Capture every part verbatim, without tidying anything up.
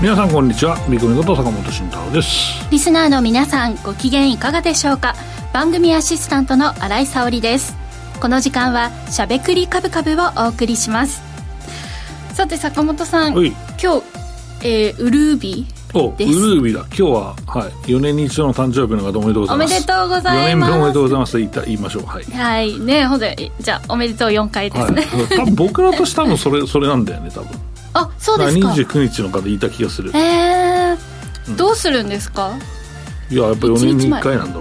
皆さんこんにちは。みこみこと坂本慎太郎です。 リスナーの皆さんご機嫌いかがでしょうか。番組アシスタントの新井沙織です。この時間はしゃべくりカブカブをお送りします。さて坂本さん、今日、えー、ウルービーおウルービーだ。今日は、はい、よねんに一度の誕生日の方おめでとうございます。 おめでとうございます。 よねんぶんおめでとうございますと言った、言いましょう。はい、 はいね、ほんでじゃあおめでとうよんかいですね、 はい、多分僕らとしてもそれそれなんだよね多分。 あ、そうですか。 にじゅうくにちの方言った気がする。 えーうん、どうするんですか。 いややっぱよねんにいっかいなんだろ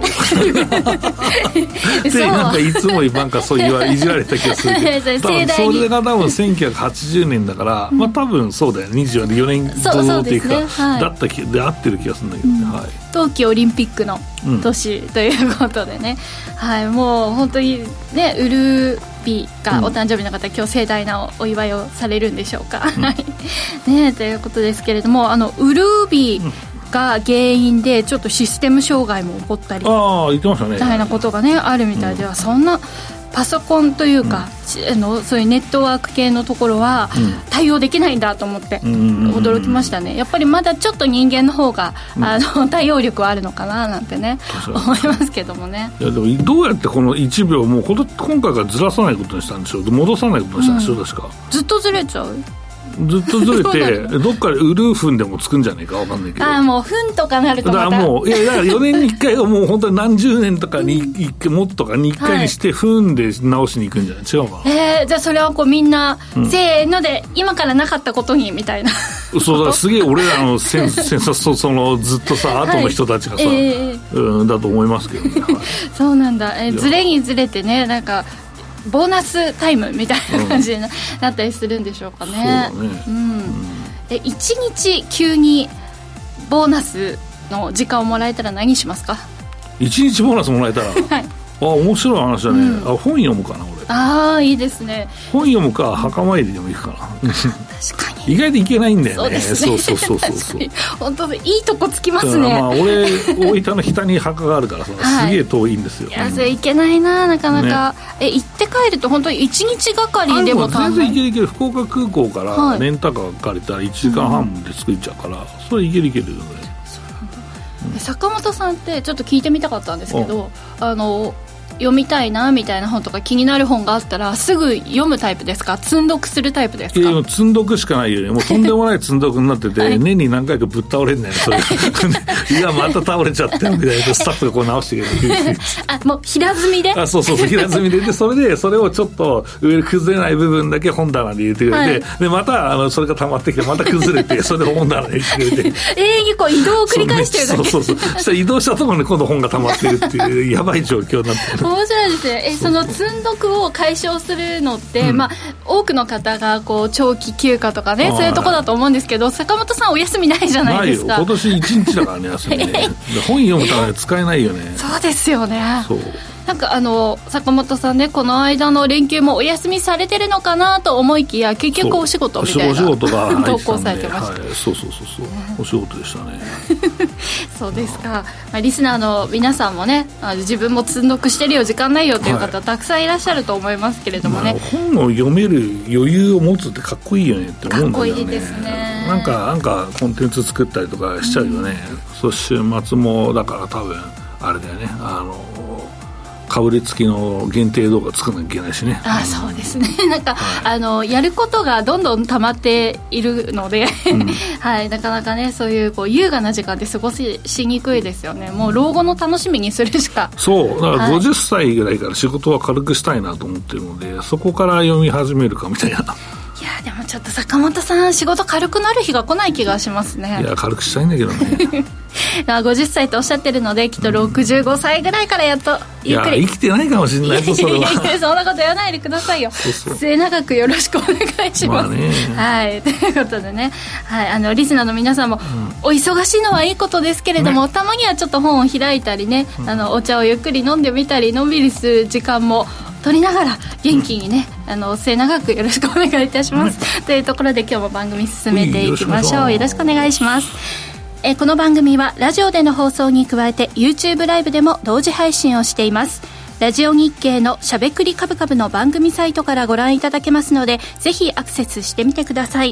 うでなんかいつもなんかそう言わいじられた気がするけど多分それが多分せんきゅうひゃくはちじゅうねんだから、うん、まあ多分そうだよねにじゅうよねん同っていうかそうそうですね、はい、 だった気で合ってる気がするんだけどね、うん、はい、 冬季オリンピックの年ということでね、うん、はい、もう本当にねウルービーがお誕生日の方、うん、今日盛大なお祝いをされるんでしょうか、うんね、ということですけれども、あのウルービー、うんが原因でちょっとシステム障害も起こったりあ言ってましたねみたいなことがねあるみたいでは、うん、そんなパソコンというか、うん、あのそういうネットワーク系のところは対応できないんだと思って驚きましたね。やっぱりまだちょっと人間の方が、うん、あの対応力はあるのかななんてね思いますけどもね。 いやでもどうやってこのいちびょうもう今回からずらさないことにしたんでしょう。戻さないことにしたんでしょう、うん、確かずっとずれちゃうずっとずれてどっかでウルーフンでもつくんじゃないか分かんないけど、 あもうフンとかなるとまただからもういやだからよねんにいっかいはもう本当に何十年とかにいっかいもっとかにいっかいにしてフンで直しに行くんじゃない、違うかな。 えー、じゃあそれはこうみんな、うん、せーので今からなかったことにみたいなそうだからすげえ俺らのセンセンサスそのずっとさ後の人たちがさ、はい、えーうん、だと思いますけどね、はい、 そうなんだ、えー、ずれにずれてねなんかボーナスタイムみたいな感じになったりするんでしょうかね。そうだね、うん、えいちにち急にボーナスの時間をもらえたら何しますか。 いちにちボーナスもらえたら、はい、あ面白い話だね、うん、あ本読むかな俺。ああいいですね。 本読むか墓参りでもいいかな確かに意外といけないんだよね。そうですね、そうそうそうそう本当いいとこつきますね。 まあ、俺大分の北に墓があるからさ、はい、すげえ遠いんですよ。 いやそれいけないななかなか、ね、え行って帰ると本当にいちにちがかりでも全然いけるいける。福岡空港からレンタカー借りたらいちじかんはんで着いちゃうから、うん、それいけるいけるよね。 そうなんだ、うん、坂本さんってちょっと聞いてみたかったんですけど、あの読みたいなみたいな本とか気になる本があったらすぐ読むタイプですか、積んどくするタイプですか。 いや積んどくしかないよね。もうとんでもない積んどくになってて、はい、年に何回かぶっ倒れんねんそれいやまた倒れちゃったよみたいなスタッフがこう直してくれるあもう平積みであそうそうそう平積みででそれでそれをちょっと上崩れない部分だけ本棚で入れてくれて、はい、でまたあのそれが溜まってきてまた崩れてそれを本棚で入れてくれて永遠にこう移動を繰り返してるだけ。 そうそうそうそしたら移動したところに今度本が溜まってるっていうやばい状況になってる面白いですね。えその積んどくを解消するのって、うんまあ、多くの方がこう長期休暇とかねそういうところだと思うんですけど、坂本さんお休みないじゃないですか。 ないよ今年いちにちだからね休みね本読むためには使えないよね。 そうですよね。 そうなんかあの坂本さんねこの間の連休もお休みされてるのかなと思いきや結局お仕事みたいなお仕事が投稿されてました、はい、 そうそうそうそう、ね、お仕事でしたねそうですか、まあ、リスナーの皆さんもねあの自分も積んどくしてるよ時間ないよという方、はい、たくさんいらっしゃると思いますけれどもね、まあ、 本を読める余裕を持つってかっこいいよねって思うんだよね。 かっこいいですね。 なんかなんかコンテンツ作ったりとかしちゃうよね、うん、そう週末もだから多分あれだよねあのかぶりつきの限定動画作らなきゃいけないしね。 あそうですねなんか、はい、あのやることがどんどん溜まっているので、うんはい、なかなかねそういう、こう優雅な時間で過ごししにくいですよね。もう老後の楽しみにするしか。 そうだからごじゅっさいぐらいから仕事は軽くしたいなと思ってるので、そこから読み始めるかみたいな。 いやでもちょっと坂本さん仕事軽くなる日が来ない気がしますね。 いや軽くしたいんだけどねごじゅっさいとおっしゃってるのできっとろくじゅうごさいぐらいからやっとゆっくり。 いや生きてないかもしれないぞそれは。いやいやそんなこと言わないでくださいよ。そうそう末永くよろしくお願いします、まあね、はいということでね、はい、あのリスナーの皆さんも、うん、お忙しいのはいいことですけれども、ね、たまにはちょっと本を開いたりね、うん、あのお茶をゆっくり飲んでみたりのんびりする時間も取りながら元気にね、うん、あの末永くよろしくお願いいたします、うん、というところで今日も番組進めていきましょう。よろしくお願いします。えこの番組はラジオでの放送に加えて YouTube ライブでも同時配信をしています。ラジオ日経のしゃべくりカブカブの番組サイトからご覧いただけますのでぜひアクセスしてみてください。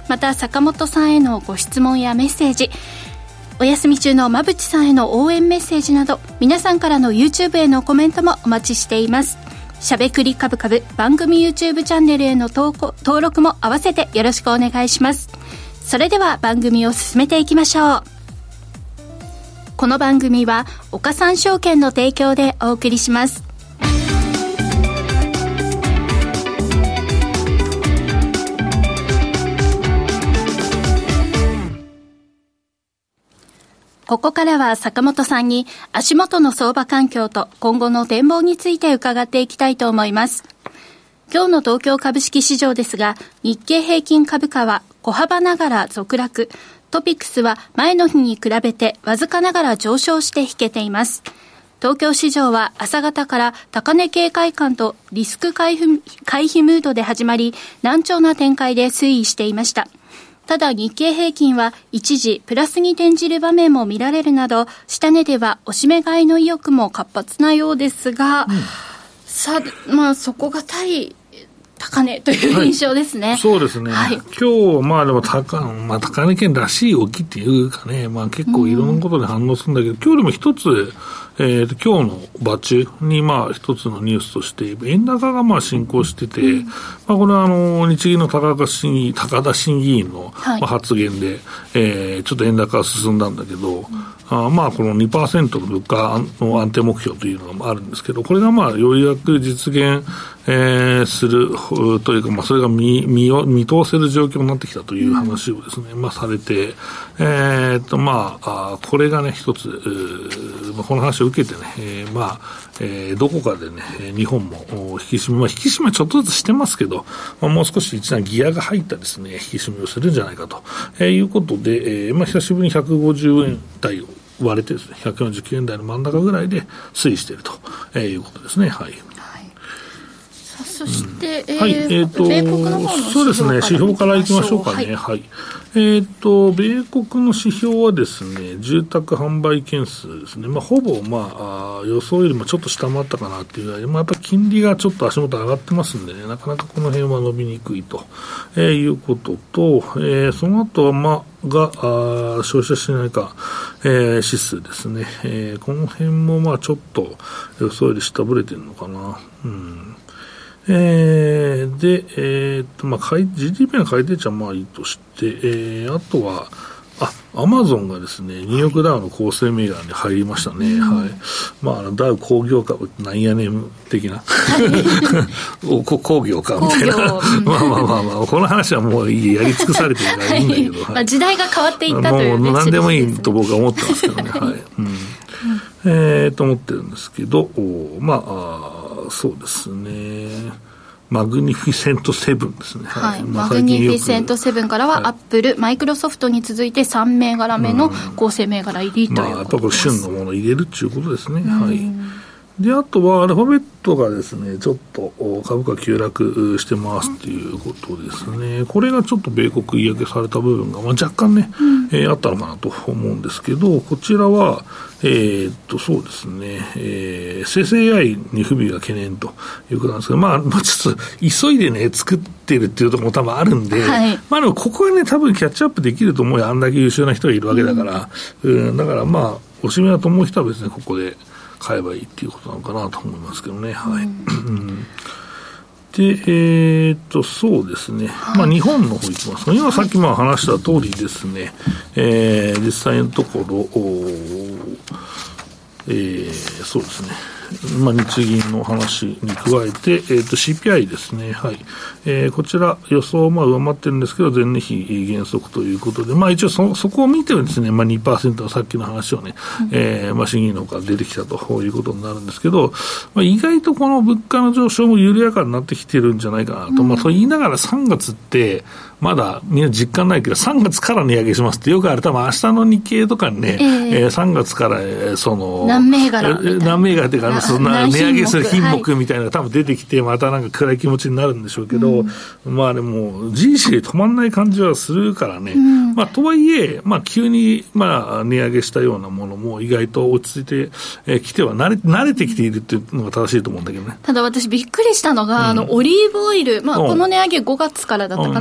また坂本さんへのご質問やメッセージ、お休み中の馬淵さんへの応援メッセージなど、皆さんからの YouTube へのコメントもお待ちしています。しゃべくりカブカブ番組 YouTube チャンネルへの登録も合わせてよろしくお願いします。それでは番組を進めていきましょう。この番組は岡三証券の提供でお送りします。ここからは坂本さんに足元の相場環境と今後の展望について伺っていきたいと思います。今日の東京株式市場ですが、日経平均株価は小幅ながら続落、トピックスは前の日に比べてわずかながら上昇して引けています。東京市場は朝方から高値警戒感とリスク回避、回避ムードで始まり、軟調な展開で推移していました。ただ日経平均は一時プラスに転じる場面も見られるなど、下値では押し目買いの意欲も活発なようですが、うん、さあ、まあそこが対高値という印象ですね。 はい、そうですね。はい、今日、まあでも高、まあ、高値圏らしい動きっていうかね、まあ結構いろんなことで反応するんだけど、うん、今日でも一つ、えー、今日の場中にまあ一つのニュースとして円高がまあ進行してて、うん、まあ、これはあの日銀の高田審議高田審議員のまあ発言で、はい、えー、ちょっと円高が進んだんだけど、うん、あまあこの にパーセント の物価の安定目標というのがあるんですけど、これがまあようやく実現、えー、するというか、まあそれが 見, 見, 見通せる状況になってきたという話をですね、うん、まあされて、えー、っとまあこれがね一つ、まあ、この話を受けてね、えー、まあ、えー、どこかでね日本も引き締め、まあ、引き締めちょっとずつしてますけど、まあ、もう少し一段ギアが入ったですね引き締めをするんじゃないかと、えー、いうことで、えー、まあ久しぶりにひゃくごじゅうえん台を割れてですねひゃくよんじゅうきゅうえん台の真ん中ぐらいで推移していると、えー、いうことですね。はい。 そして、 うん、はい、えーと、 米国の方のそうですね、指標からいきましょうかね。はい。はい、えーと、米国の指標はですね、住宅販売件数ですね、まあ、ほぼ、まあ、あ予想よりもちょっと下回ったかなっていうぐらいで、まあ、やっぱり金利がちょっと足元上がってますんでね、なかなかこの辺は伸びにくいと、えー、いうことと、えー、その後は、まあ、があ消費者信頼感、えー、指数ですね、えー、この辺もまあちょっと予想より下振れてるのかな。うん。えー、で、えー、っと、まあ、ジーディーピー の改定値はまあいいとして、えー、あとは、あ、アマゾンがですね、ニューヨークダウの構成銘柄に入りましたね。うん、はい。まあ、あの、ダウ工業株ってなんやねん的な。お工業か、みたいな。まあまあまあまあ、この話はもういい、やり尽くされてるからいいんだけど。はい、 まあ、時代が変わっていったという、ね、 もう何でもいいと僕は思ってますけどね。はい。うん。えー、と思ってるんですけど、まあ、あそうですね。マグニフィセントセブンですね。 はい。まあ、マグニフィセントセブンからは、アップル、マイクロソフトに続いてさん銘柄目の構成銘柄入りということです。まあ、やっぱこれ旬のものを入れるっていうことですね。はい。で、あとはアルファベットがですね、ちょっと株価急落してますっていうことですね。これがちょっと米国嫌気された部分が、まあ、若干ね、うん、えー、あったのかなと思うんですけど、こちらは、えー、っと、そうですね、えー、生成 エーアイ に不備が懸念ということなんですけど、まあ、まあ、ちょっと急いでね、作ってるっていうところも多分あるんで、はい、まあでもここはね、多分キャッチアップできると思うよ。あんだけ優秀な人がいるわけだから。うん、うん、だからまあ、おしめだと思う人は別にここで買えばいいっていうことなのかなと思いますけどね。はい。うん、で、えー、っと、そうですね。まあ、日本の方行きますか。今さっきまあ話した通りですね、えー、実際のところ、えー、そうですね。まあ、日銀の話に加えて、えー、と シーピーアイ ですね、はい、えー、こちら予想をまあ上回ってるんですけど前年比減速ということで、まあ、一応 そ, そこを見てですね、まあ、にパーセント のさっきの話をね、うん、えーまあ、審議の方から出てきたということになるんですけど、まあ、意外とこの物価の上昇も緩やかになってきてるんじゃないかなと、うん、まあ、そう言いながらさんがつってまだみんな実感ないけどさんがつから値上げしますってよくある、多分明日の日経とかにね、えーえー、さんがつからその何銘柄何銘柄っていうかそんな値上げする品目みたいなのが多分出てきて、またなんか暗い気持ちになるんでしょうけど、うん、まあでも人生止まんない感じはするからね、うん、まあとはいえ、まあ急にまあ値上げしたようなものも意外と落ち着いてき、えー、ては慣れ、慣れてきているっていうのが正しいと思うんだけどね。 ただ私びっくりしたのが、うん、あのオリーブオイル、まあこの値上げごがつからだったかな、うん、なんですけど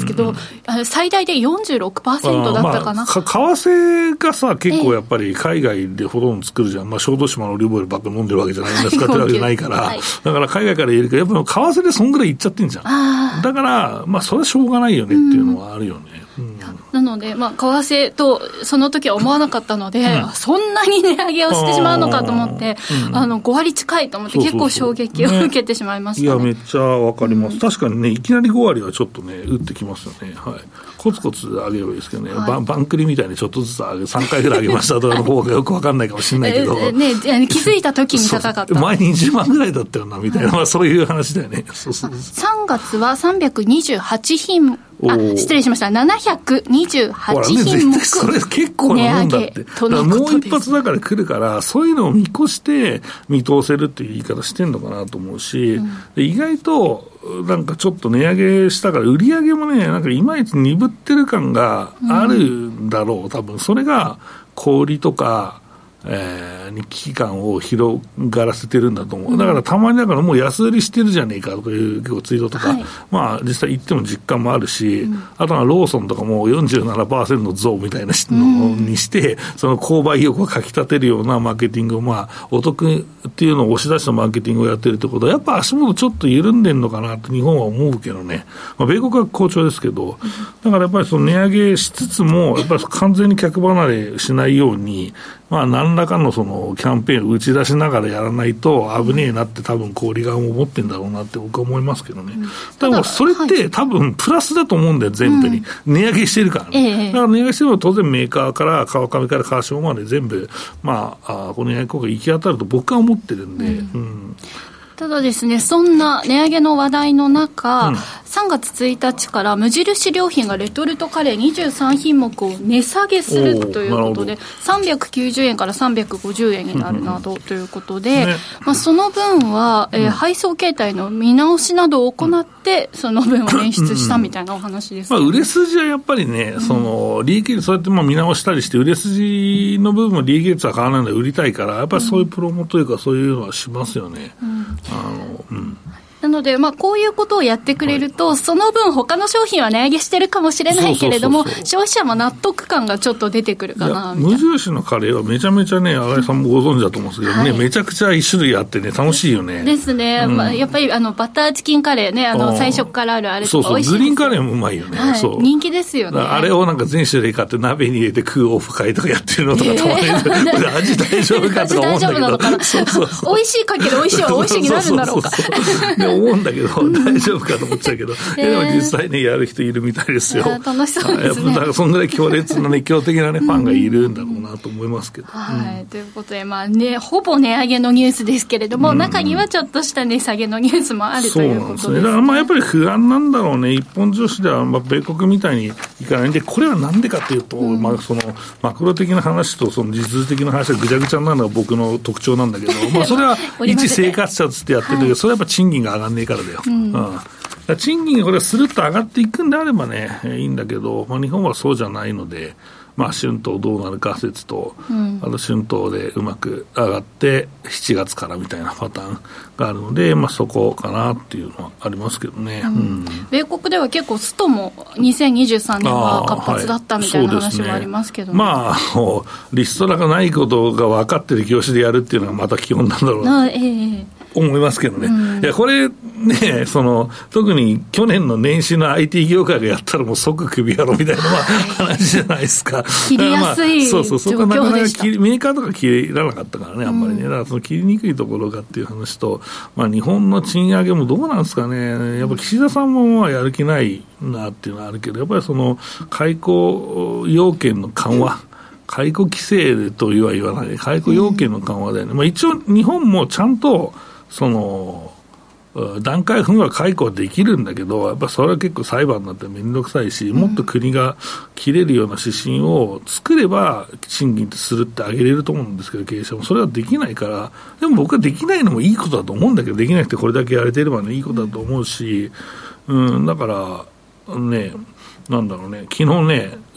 けど、うん、最大で よんじゅうろくパーセント だったかな、 まあ、か為替がさ結構やっぱり海外でほとんど作るじゃん、まあ、小豆島のオリーブオイルばっかり飲んでるわけじゃないんです使ってるわけじゃないから、はい、だから海外から入れるからやっぱり為替でそんぐらいいっちゃってんじゃん。だからまあそれはしょうがないよねっていうのはあるよね、うんうん、 なので、まあ、為替とその時は思わなかったので、うん、そんなに値上げをしてしまうのかと思って、あ、うん、あのご割近いと思って結構衝撃を受けてしまいましたね。 いやめっちゃわかります、うん、確かにねいきなりご割はちょっとね打ってきますよね、はい、コツコツ上げればいいですけどね、はい、バ, バンクリみたいにちょっとずつ上げさんかいぐらい上げましたとかの方がよくわかんないかもしれないけどね、気づいた時に高かった前にじゅうまんぐらいだったよなみたいな、まあ、そういう話だよね。そうそうそう、 さんがつはさんびゃくにじゅうはち品あ失礼しましたななひゃくにじゅうはち品目、ね、 それ結構なもんだってだもう一発だから来るからそういうのを見越して見通せるっていう言い方してんのかなと思うし、うん、で意外となんかちょっと値上げしたから売り上げもねなんかいまいち鈍ってる感があるんだろう、うん、多分それが小売りとかえー、に危機感を広がらせてるんだと思う。だからたまにだからもう安売りしてるじゃねえかという結構ツイートとか、はい、まあ実際言っても実感もあるし、うん、あとはローソンとかも よんじゅうななパーセント 増みたいなのにして、うん、その購買意欲をかき立てるようなマーケティングをまあお得っていうのを押し出したマーケティングをやってるってことはやっぱ足元ちょっと緩んでんのかなと日本は思うけどね、まあ、米国は好調ですけど、だからやっぱりその値上げしつつもやっぱり完全に客離れしないようにまあ、何らかのそのキャンペーンを打ち出しながらやらないと危ねえなって多分小売側も思ってんだろうなって僕は思いますけどね、うん、だからそれって多分プラスだと思うんだよ全部に、うん、値上げしてるからね、だから値上げしてるのは当然メーカーから川上から川下まで全部まあ、あこの値上げ効果行き当たると僕は思ってるんで、うんうん、 ただですねそんな値上げの話題の中、うん、さんがつついたちから無印良品がレトルトカレーにじゅうさん品目を値下げするということでさんびゃくきゅうじゅうえんからさんびゃくごじゅうえんになるなどということで、ねまあ、その分は、えー、配送形態の見直しなどを行ってその分を捻出したみたいなお話です、ねまあ、売れ筋はやっぱりね、うん、その利益率そうやってまあ見直したりして売れ筋の部分も利益率は変わらないので売りたいからやっぱりそういうプロモというかそういうのはしますよね、うんあのうんなので、まあ、こういうことをやってくれると、はい、その分他の商品は値上げしてるかもしれないけれども消費者も納得感がちょっと出てくるかなみたいな。 無印のカレーはめちゃめちゃね新井さんもご存知だと思うんですけどね、はい、めちゃくちゃ一種類あってね楽しいよねですね、うんまあ、やっぱりあのバターチキンカレーねあの最初からあるあれとか美味しいです。 そうそうグリーンカレーもうまいよね、 はい、 そう人気ですよね。 あれをなんか全種類買って鍋に入れて食うオフ会とかやってるのとかたまに、えー、味大丈夫かとか思うんだけど味大丈夫なのかなそうそうそう美味しいかけど美味しいは美味しいになるんだろうかで思うんだけど大丈夫かと思っちゃうけど、えー、でも実際ねやる人いるみたいですよ。 楽しそうですね。 だからそんぐらい強烈な熱狂的な、ね、ファンがいるんだろうなと思いますけど、 はい、 うん、 ということで、まあね、ほぼ値上げのニュースですけれども、うん、中にはちょっとした値下げのニュースもあるということですね。そうなんですね。 だからまあやっぱり不安なんだろうね。一本女子ではまあ米国みたいにいかないんで、これはなんでかというと、うんまあ、そのマクロ的な話とその実質的な話がぐちゃぐちゃになるのが僕の特徴なんだけどまあそれは一生活者つってやってるけど、はい、それはやっぱ賃金が上がんねえからだよ、うんうん賃金がこれスルッと上がっていくんであればねいいんだけど、まあ、日本はそうじゃないので、まあ、春闘どうなるか説と、うん、あと春闘でうまく上がってしちがつからみたいなパターンがあるので、まあ、そこかなっていうのはありますけどね、うんうん、 米国では結構ストもにせんにじゅうさんねんは活発だったみたいな話もありますけど、ね、 まあリストラがないことが分かってる業種でやるっていうのがまた基本なんだろうな、えー思いますけどね、うん、いやこれねその特に去年の年始の アイティー 業界がやったらもう即クビやろみたいな話じゃないですか。 切りやすい状況でした。そうそうそこはなかなかメーカーとか切らなかったからねあんまりね、だからその切りにくいところがっていう話と、まあ、日本の賃上げもどうなんですかね。やっぱ岸田さんもまあやる気ないなっていうのはあるけどやっぱりその解雇要件の緩和、うん解雇規制とは言わない解雇要件の緩和だよね、まあ、一応日本もちゃんとその段階踏んは解雇はできるんだけどやっぱそれは結構裁判になって面倒くさいし、もっと国が切れるような指針を作れば賃金ってするってあげれると思うんですけど経営者もそれはできないから。でも僕はできないのもいいことだと思うんだけどできなくてこれだけやれてればねいいことだと思うし、うん、だからねなんだろうね昨日ね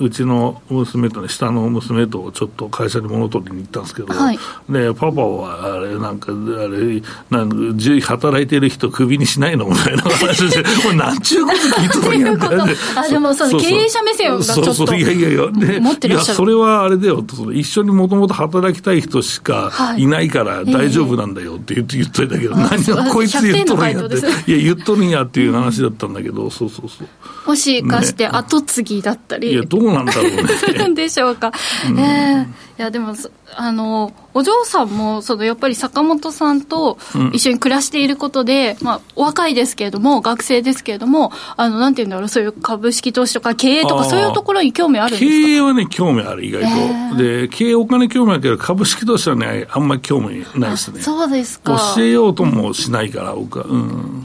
うちの娘とね、下の娘とちょっと会社に物取りに行ったんですけど、 はい、 でパパはあれなんかあれなんか働いてる人クビにしないのみたいな話で、これなんちゅうこと聞いとるんやんってあでもその経営者目線がちょっとそうそういやいやいやで持ってらっしゃる。 いやそれはあれだよと、その一緒にもともと働きたい人しかいないから大丈夫なんだよって言って言っといたけど、えー、何をこいつ言っとるんやって、いや言っとるんやっていう話だったんだけど、そうそうそう。 もしかして後継ぎだったり、ね、 いやどうなんだろうねするんでしょうか、うんえー、いやでもあのお嬢さんもそのやっぱり坂本さんと一緒に暮らしていることで、うんまあ、お若いですけれども学生ですけれども、あのなんていうんだろう、そういう株式投資とか経営とかそういうところに興味あるんですか？ 経営はね興味ある意外と、えー、で経営お金興味あるけど株式投資はねあんまり興味ないですね。 そうですか。 教えようともしないから僕は、うん、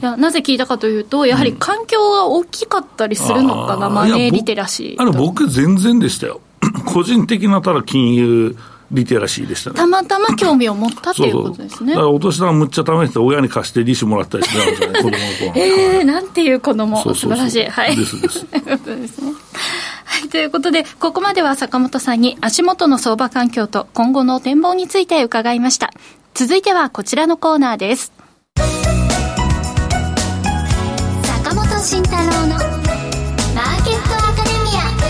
いやなぜ聞いたかというとやはり環境が大きかったりするのかな、うん、マネーリテラシー。 あの僕全然でしたよ個人的なただ金融リテラシーでしたね。 たまたま興味を持ったっていうことですね。そうそうだからお年玉むっちゃ試して親に貸して利子もらったりしてたんですよね子供の頃えー、なんていう子供そうそうそう素晴らしい。はいですですですね。はい、ということでここまでは坂本さんに足元の相場環境と今後の展望について伺いました。続いてはこちらのコーナーです。 坂本慎太郎のマーケットアカデミア。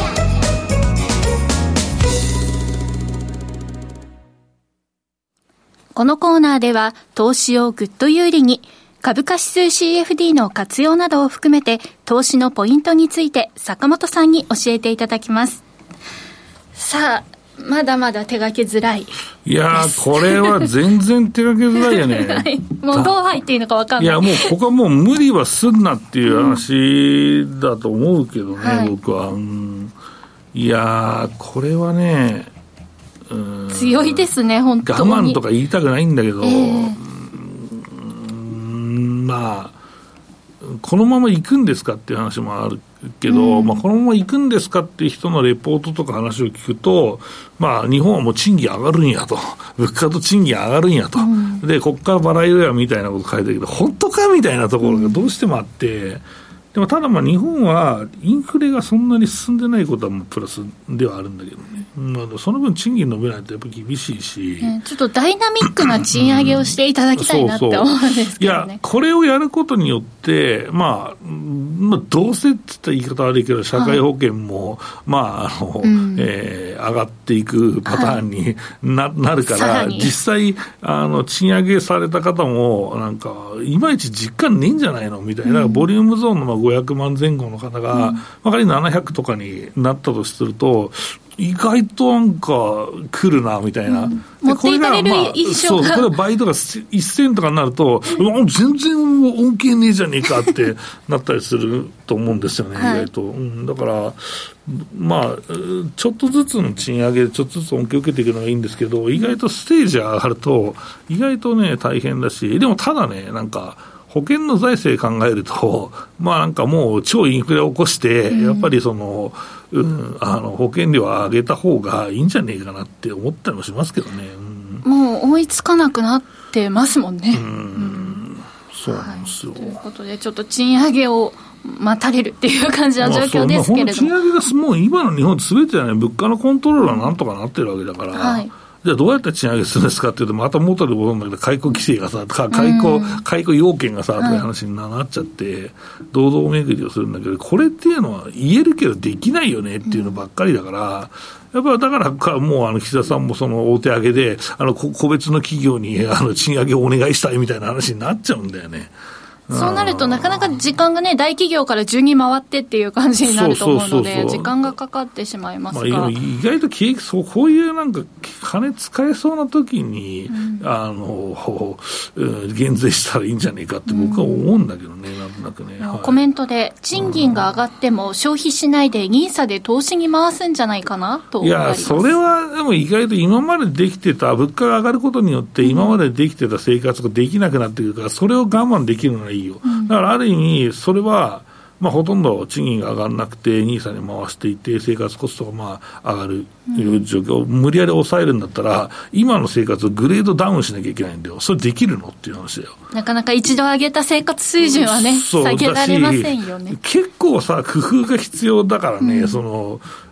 このコーナーでは投資をぐっと有利に株価指数 シーエフディー の活用などを含めて投資のポイントについて坂本さんに教えていただきます。さあまだまだ手がけづらいです。 いやーこれは全然手がけづらいよね、 はい、もうどう入っていいのか分かんない。 いやもうここはもう無理はすんなっていう話だと思うけどね、うん、僕は、うん、いやーこれはねうん強いですね本当に。 我慢とか言いたくないんだけど、えー、うんまあこのまま行くんですかっていう話もあるけど、うんまあ、このまま行くんですかっていう人のレポートとか話を聞くと、まあ、日本はもう賃金上がるんやと物価と賃金上がるんやと、うん、でこっからバラ色やみたいなこと書いてるけど本当かみたいなところがどうしてもあって、うんでもただまあ日本はインフレがそんなに進んでないことはもうプラスではあるんだけどね、まあ、その分賃金伸びないとやっぱり厳しいし、 ね、ちょっとダイナミックな賃上げをしていただきたいなって思うんですけどね。そうそういやこれをやることによって、まあ、まあどうせって言ったら言い方悪いけど社会保険も、はい、まああの、うんえー、上がっていくパターンに な,、はい、なるから実際あの賃上げされた方もなんかいまいち実感ねえんじゃないのみたいな、うん、ボリュームゾーンのごひゃくまんぜん後の方が、うん、仮にななひゃくとかになったとすると意外となんか来るなみたいな、うん、 持っていかれる印象が、 まあ、そうこれは倍とかせんとかになると、うん、全然恩恵ねえじゃねえかってなったりすると思うんですよね、はい、意外と、うん、だからまあちょっとずつの賃上げでちょっとずつ恩恵を受けていくのがいいんですけど、意外とステージ上がると意外とね大変だし、でもただねなんか保険の財政考えると、まあなんかもう超インフレを起こして、うん、やっぱりその、うん、あの保険料を上げた方がいいんじゃねえかなって思ったりもしますけどね、 うん、もう追いつかなくなってますもんね。うん、うん、 そうなんですよ、 はい、ということでちょっと賃上げを待たれるっていう感じの状況ですけれども、まあ、 賃上げがもう今の日本って全てはね物価のコントロールはなんとかなってるわけだから、はいじゃあどうやって賃上げするんですかっていうとまた元に戻るんだけど解雇規制がさ解雇、うん、解雇要件がさという話になっちゃって、はい、堂々巡りをするんだけどこれっていうのは言えるけどできないよねっていうのばっかりだから、うん、やっぱりだからかもうあの岸田さんもその大手上げであの個別の企業にあの賃上げをお願いしたいみたいな話になっちゃうんだよね。 そうなるとなかなか時間がね大企業から順に回ってっていう感じになると思うので時間がかかってしまいますが、まあ、 意外と景気そうこういうなんか金使えそうな時に、うん、あの減税したらいいんじゃねえかって僕は思うんだけどね、うん、なんとなくね、はい、 コメントで賃金が上がっても消費しないでニーサで投資に回すんじゃないかなと思います。 いやそれはでも意外と今までできてた物価が上がることによって今までできてた生活ができなくなってくるからそれを我慢できるのがいいよ、うん、だからある意味それはまあ、ほとんど賃金が上がらなくてニーサに回していて生活コストがまあ上がるという状況を無理やり抑えるんだったら今の生活をグレードダウンしなきゃいけないんだよ。それできるのっていう話だよ。 なかなか一度上げた生活水準はね下げられませんよね。 結構さ工夫が必要だからね、うん、その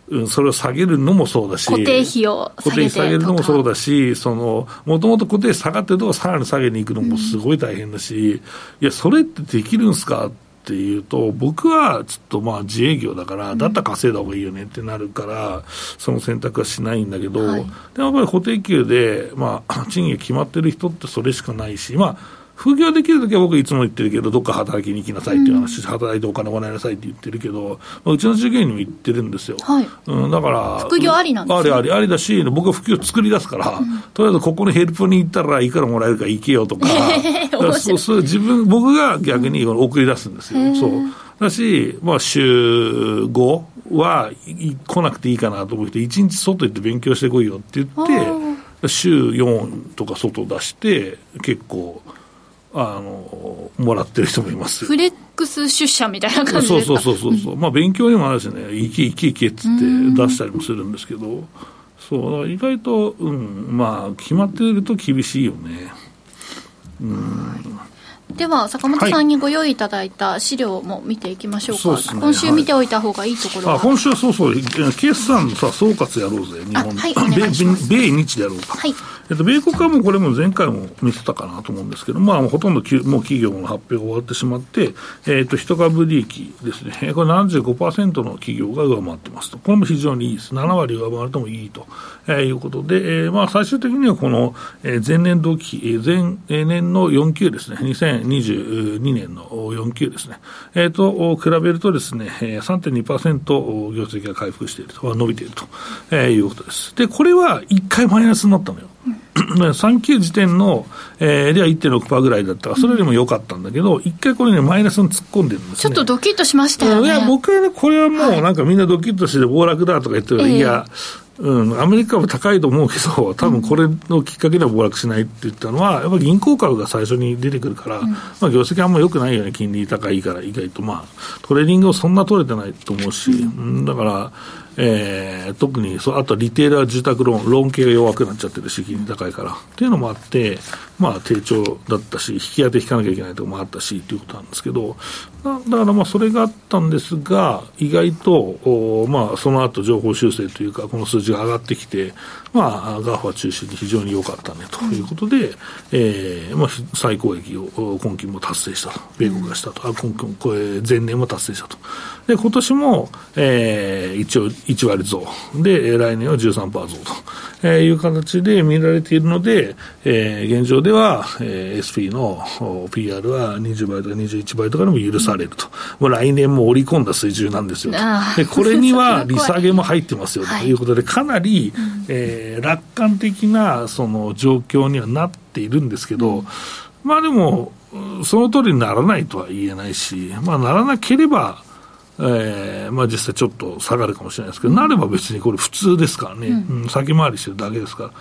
うん、それを下げるのもそうだし、 固定費を下げて固定費下げるのもそうだし、そのもともと固定費下がってるところさらに下げに行くのもすごい大変だし、うん、いやそれってできるんですかっていうと、僕はちょっとまあ自営業だから、だったら稼いだ方がいいよねってなるから、その選択はしないんだけど、はい、でもやっぱり固定給で、まあ、賃金決まってる人ってそれしかないし、まあ副業できるときは僕いつも言ってるけど、どっか働きに行きなさいっていう話、うん、働いてお金もらいなさいって言ってるけど、まあ、うちの従業員にも言ってるんですよ、はい、うん、だから副業ありなんですね。 ありありありだし、僕は副業作り出すから、うん、とりあえずここのヘルプに行ったらいくらもらえるか行けよとか、かそうそう自分僕が逆に送り出すんですよ、うん、そうだし、まあ、週ごは来なくていいかなと思って、いちにち外行って勉強してこいよって言って週よんとか外出して結構あのもらってる人もいます。 フレックス出社みたいな感じですか。 そうそうそうそう、うん、まあ勉強にもあるしね、行け行け行けっつって出したりもするんですけど、そう意外と、うん、まあ決まっていると厳しいよね。うん。 では坂本さんにご用意いただいた資料も見ていきましょうか。はい、そうですね、今週見ておいた方がいいところは、 はい、あ今週はそうそう決算のさ総括やろうぜ日本、 はい、米, 米日でやろうか、 はい、 えっと、米国はもうこれも前回も見せたかなと思うんですけど、まあ、ほとんどきもう企業の発表が終わってしまって、えっと、一株利益ですね、これ ななじゅうごパーセント の企業が上回ってますと。これも非常にいいです。なな割上回るともいいと、えー、いうことで、えー、まあ、最終的にはこの、えー、前年同期、えー、前年のよん級ですね、にせんにじゅうにねんのよん級ですね、えー、と比べるとですね、さんてんにパーセント 業績が回復していると、伸びていると、えー、いうことです。で、これはいっかいマイナスになったのよ。さん級時点の、えー、では いってんろくパーセント ぐらいだったから、それよりも良かったんだけど、一回これね、マイナスに突っ込んでるんですね。 ちょっとドキッとしましたよね。 いや、僕はね、これはもうなんかみんなドキッとして暴落だとか言ってるから、えー、いや、うん、アメリカは高いと思うけど、多分これのきっかけでは暴落しないって言ったのは、やっぱり銀行株が最初に出てくるから、うん、まあ、業績あんま良くないよね、金利高いから意外と、まあ、トレーディングをそんな取れてないと思うし、うん、だから、えー、特にそあとはリテーラー住宅ローンローン系が弱くなっちゃってるし金利高いからっていうのもあって、まあ、低調だったし引き当て引かなきゃいけないところもあったしということなんですけど、だ, だからまあそれがあったんですが、意外と、まあ、その後情報修正というかこの数字が上がってきて、まあ、ガーファ中心に非常に良かったねということで、うん、えーまあ、最高益を今期も達成したと、米国がしたと、あ今期もこれ前年も達成したと。で今年も、えー、一応いち割増で来年は じゅうさんパーセント 増と、えー、いう形で見られているので、えー、現状では、えー、エスピー の ピーアール はにじゅうばいとかにじゅういちばいとかでも許されると、もう来年も織り込んだ水準なんですよと。でこれには利下げも入ってますよということで、かなり、えー、楽観的なその状況にはなっているんですけど、まあでもその通りにならないとは言えないし、まあならなければえーまあ、実際ちょっと下がるかもしれないですけど、なれば別にこれ普通ですからね、うんうん、先回りしてるだけですから、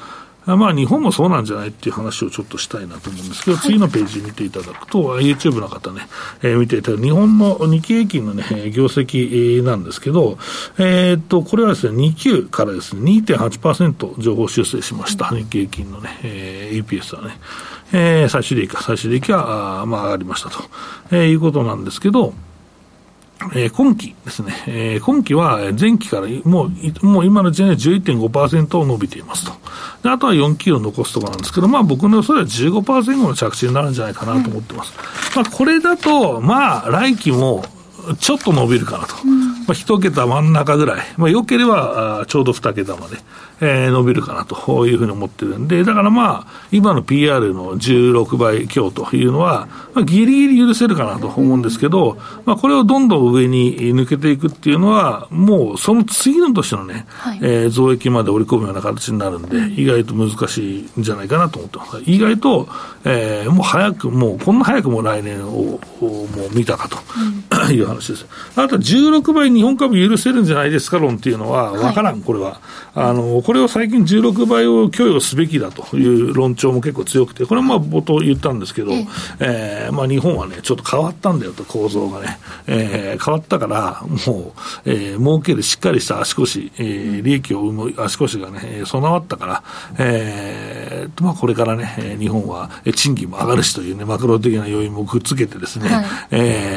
まあ、日本もそうなんじゃないっていう話をちょっとしたいなと思うんですけど、はい、次のページ見ていただくと YouTube の方ね、えー、見ていただく日本の日経平均の、ね、業績なんですけど、えー、っとこれはですねに級からですね にてんはちパーセント 情報修正しました、うん、日経平均の、ねえー、イーピーエス はね、えー、最終利益か最終利益はあ、まあ、上がりましたと、えー、いうことなんですけど、えー、今期ですね、えー、今期は前期からもう、もう今の時点で じゅういってんごパーセント 伸びていますと。で、あとはよん級を残すところなんですけど、まあ僕の予想では じゅうごパーセント の着地になるんじゃないかなと思ってます。うん、まあこれだと、まあ来期もちょっと伸びるかなと。うん、まあ一桁真ん中ぐらい。まあ良ければちょうど二桁まで。えー、伸びるかなというふうに思ってるんで、だからまあ今の ピーアール のじゅうろくばい強というのは、まあ、ギリギリ許せるかなと思うんですけど、まあ、これをどんどん上に抜けていくっていうのはもうその次の年のね、はい、えー、増益まで織り込むような形になるんで、意外と難しいんじゃないかなと思ってます。意外と、えー、もう早くもうこんな早くも来年をもう見たかと、うん、いう話です。あとじゅうろくばい日本株許せるんじゃないですか論っていうのは分からん、はい、これはあのこれを最近じゅうろくばいを供与すべきだという論調も結構強くて、これはまあ冒頭言ったんですけど、えーまあ、日本はねちょっと変わったんだよと、構造がね、えー、変わったからもう、えー、儲けるしっかりした足腰、えー、利益を生む足腰がね備わったから、えーまあ、これからね日本は賃金も上がるしというねマクロ的な要因もくっつけてですね、はい、えー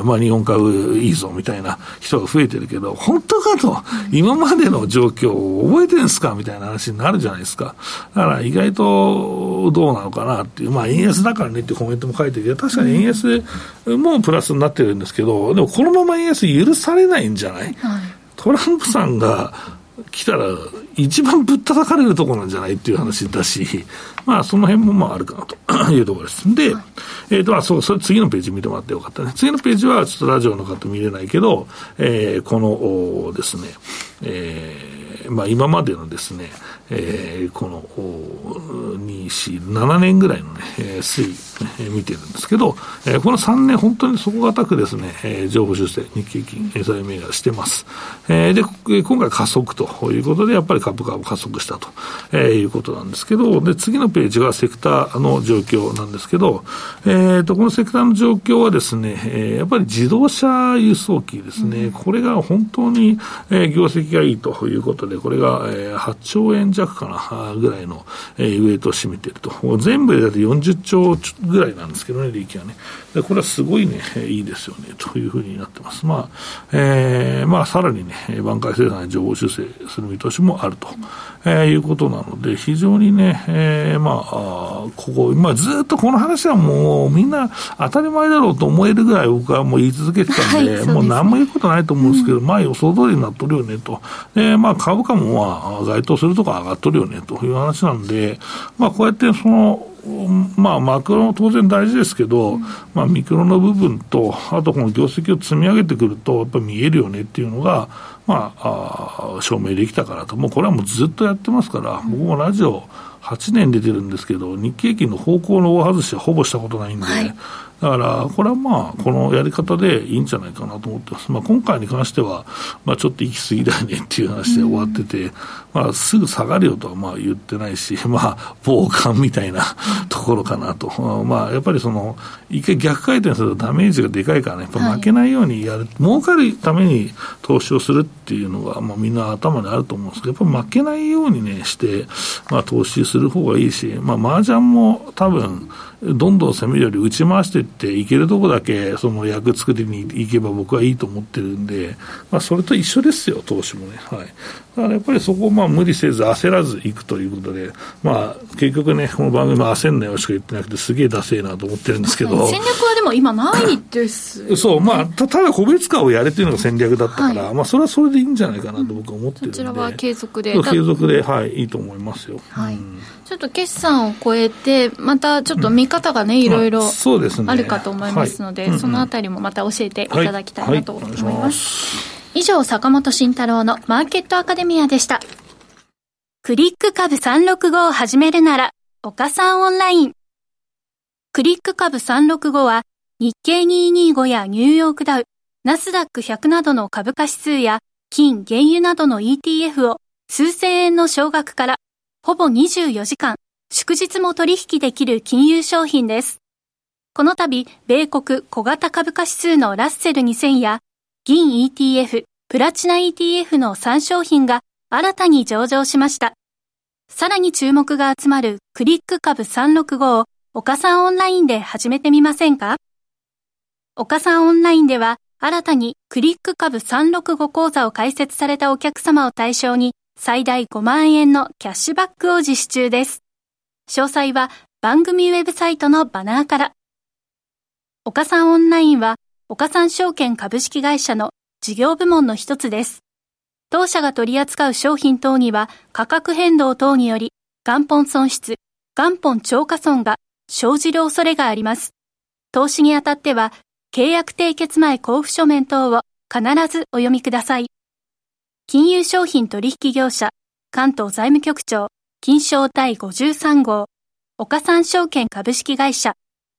ー、まあ日本株いいぞみたいな人が増えてるけど、本当かと、今までの状況を覚えてるんですかみたいな話になるじゃないですか。だから意外とどうなのかなっていう、まあ円安だからねってコメントも書いてるけど、確かに円安もプラスになってるんですけど、でもこのまま円安許されないんじゃない、はい、トランプさんが来たら一番ぶったたかれるところなんじゃないっていう話だし、まあその辺もまああるかなというところです。で、はい、えーと、あ、そう、それ次のページ見てもらってよかったね。次のページはちょっとラジオの方見れないけど、えー、このですね、えー、まあ今までのですね、えー、このに、よん、ななねんぐらいのね、えー、推移、えー、見てるんですけど、えー、このさんねん本当に底堅くですね、えー、情報修正、日経金、エスアイ 銘柄してます。えー、で、今回加速ということで、やっぱり株価も加速したと、えー、いうことなんですけど、で、次のページがセクターの状況なんですけど、えーと、このセクターの状況はですね、えー、やっぱり自動車輸送機ですね、うん、これが本当に、えー、業績がいいということで、これが、えー、はっちょうえん弱かなぐらいの、えー、ウエイトを占めていると。全部でだってよんじゅっちょうぐらいなんですけどね、利益はね。でこれはすごいね、いいですよね、というふうになってます。まあ、えー、まあ、さらにね、挽回生産に情報修正する見通しもあると、えー、いうことなので、非常にね、えー、まあ、あここ、まあ、ずっとこの話はもうみんな当たり前だろうと思えるぐらい僕はもう言い続けてたんで、はい、もう何も言うことないと思うんですけど、うん、まあ予想通りになっとるよねと。で、まあ株価もまあ該当するとか上がっとるよねという話なんで、まあこうやってその、まあマクロも当然大事ですけど、うん、まあミクロの部分と、あとこの業績を積み上げてくると、やっぱり見えるよねっていうのが、まあ、あ証明できたからと。もうこれはもうずっとやってますから、うん、僕もラジオはちねん出てるんですけど、日経平均の方向の大外しはほぼしたことないんで、はい、だからこれはまあこのやり方でいいんじゃないかなと思ってます。まあ、今回に関しては、まあ、ちょっと行き過ぎだよねっていう話で終わってて、うん、まあ、すぐ下がるよとはまあ言ってないし、まあ傍観みたいなところかなと、まあやっぱりその一回逆回転するとダメージがでかいからね、やっぱ負けないようにやる、はい、儲かるために投資をするっていうのがまあみんな頭にあると思うんですけど、やっぱ負けないようにねしてまあ投資する方がいいし、まあ麻雀も多分どんどん攻めるより打ち回していっていけるとこだけその役作りにいけば僕はいいと思ってるんで、まあ、それと一緒ですよ、投資もね。はい。だからやっぱりそこをまあ無理せず焦らずいくということで、まあ結局ね、この番組も焦んなよしか言ってなくてすげえダセーなと思ってるんですけど、 戦略はでも今ないです、ね、 そう、まあ た, ただ個別化をやれっていうのが戦略だったから、はい、まあそれはそれでいいんじゃないかなと僕は思ってるんで、 そちらは継続で継続で、はい、いいと思いますよ。 はい。うん、ちょっと決算を超えてまたちょっと見方がね、うん、いろいろあるかと思いますので、 はい、 そのあたりもまた教えていただきたいなと思います。はいはい、以上、坂本慎太郎のマーケットアカデミアでした。クリック株さんろくごを始めるなら岡さんオンライン。クリック株さんろくごは日経にひゃくにじゅうごやニューヨークダウ、ナスダックひゃくなどの株価指数や金、原油などの イーティーエフ を数千円の少額からほぼにじゅうよじかん、祝日も取引できる金融商品です。この度、米国小型株価指数のラッセルにせんや銀 イーティーエフ、プラチナ イーティーエフ のさん商品が新たに上場しました。さらに注目が集まるクリック株さんろくごを岡さんオンラインで始めてみませんか？岡さんオンラインでは新たにクリック株さんろくご講座を開設されたお客様を対象に最大ごまんえんのキャッシュバックを実施中です。詳細は番組ウェブサイトのバナーから。岡さんオンラインは岡さん証券株式会社の事業部門の一つです。当社が取り扱う商品等には価格変動等により元本損失、元本超過損が生じる恐れがあります。投資にあたっては契約締結前交付書面等を必ずお読みください。金融商品取引業者関東財務局長金商第ごじゅうさん号岡三証券株式会社。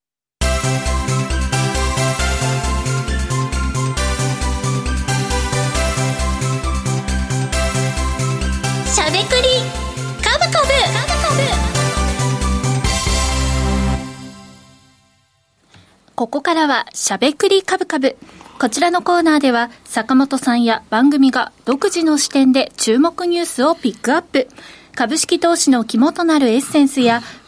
しゃべくりカブカブ。 ここからはしゃべくりカブカブ。こちらのコーナーでは坂本さんや番組が独自の視点で注目ニュースをピックアップ。株式投資の肝となるエッセンスや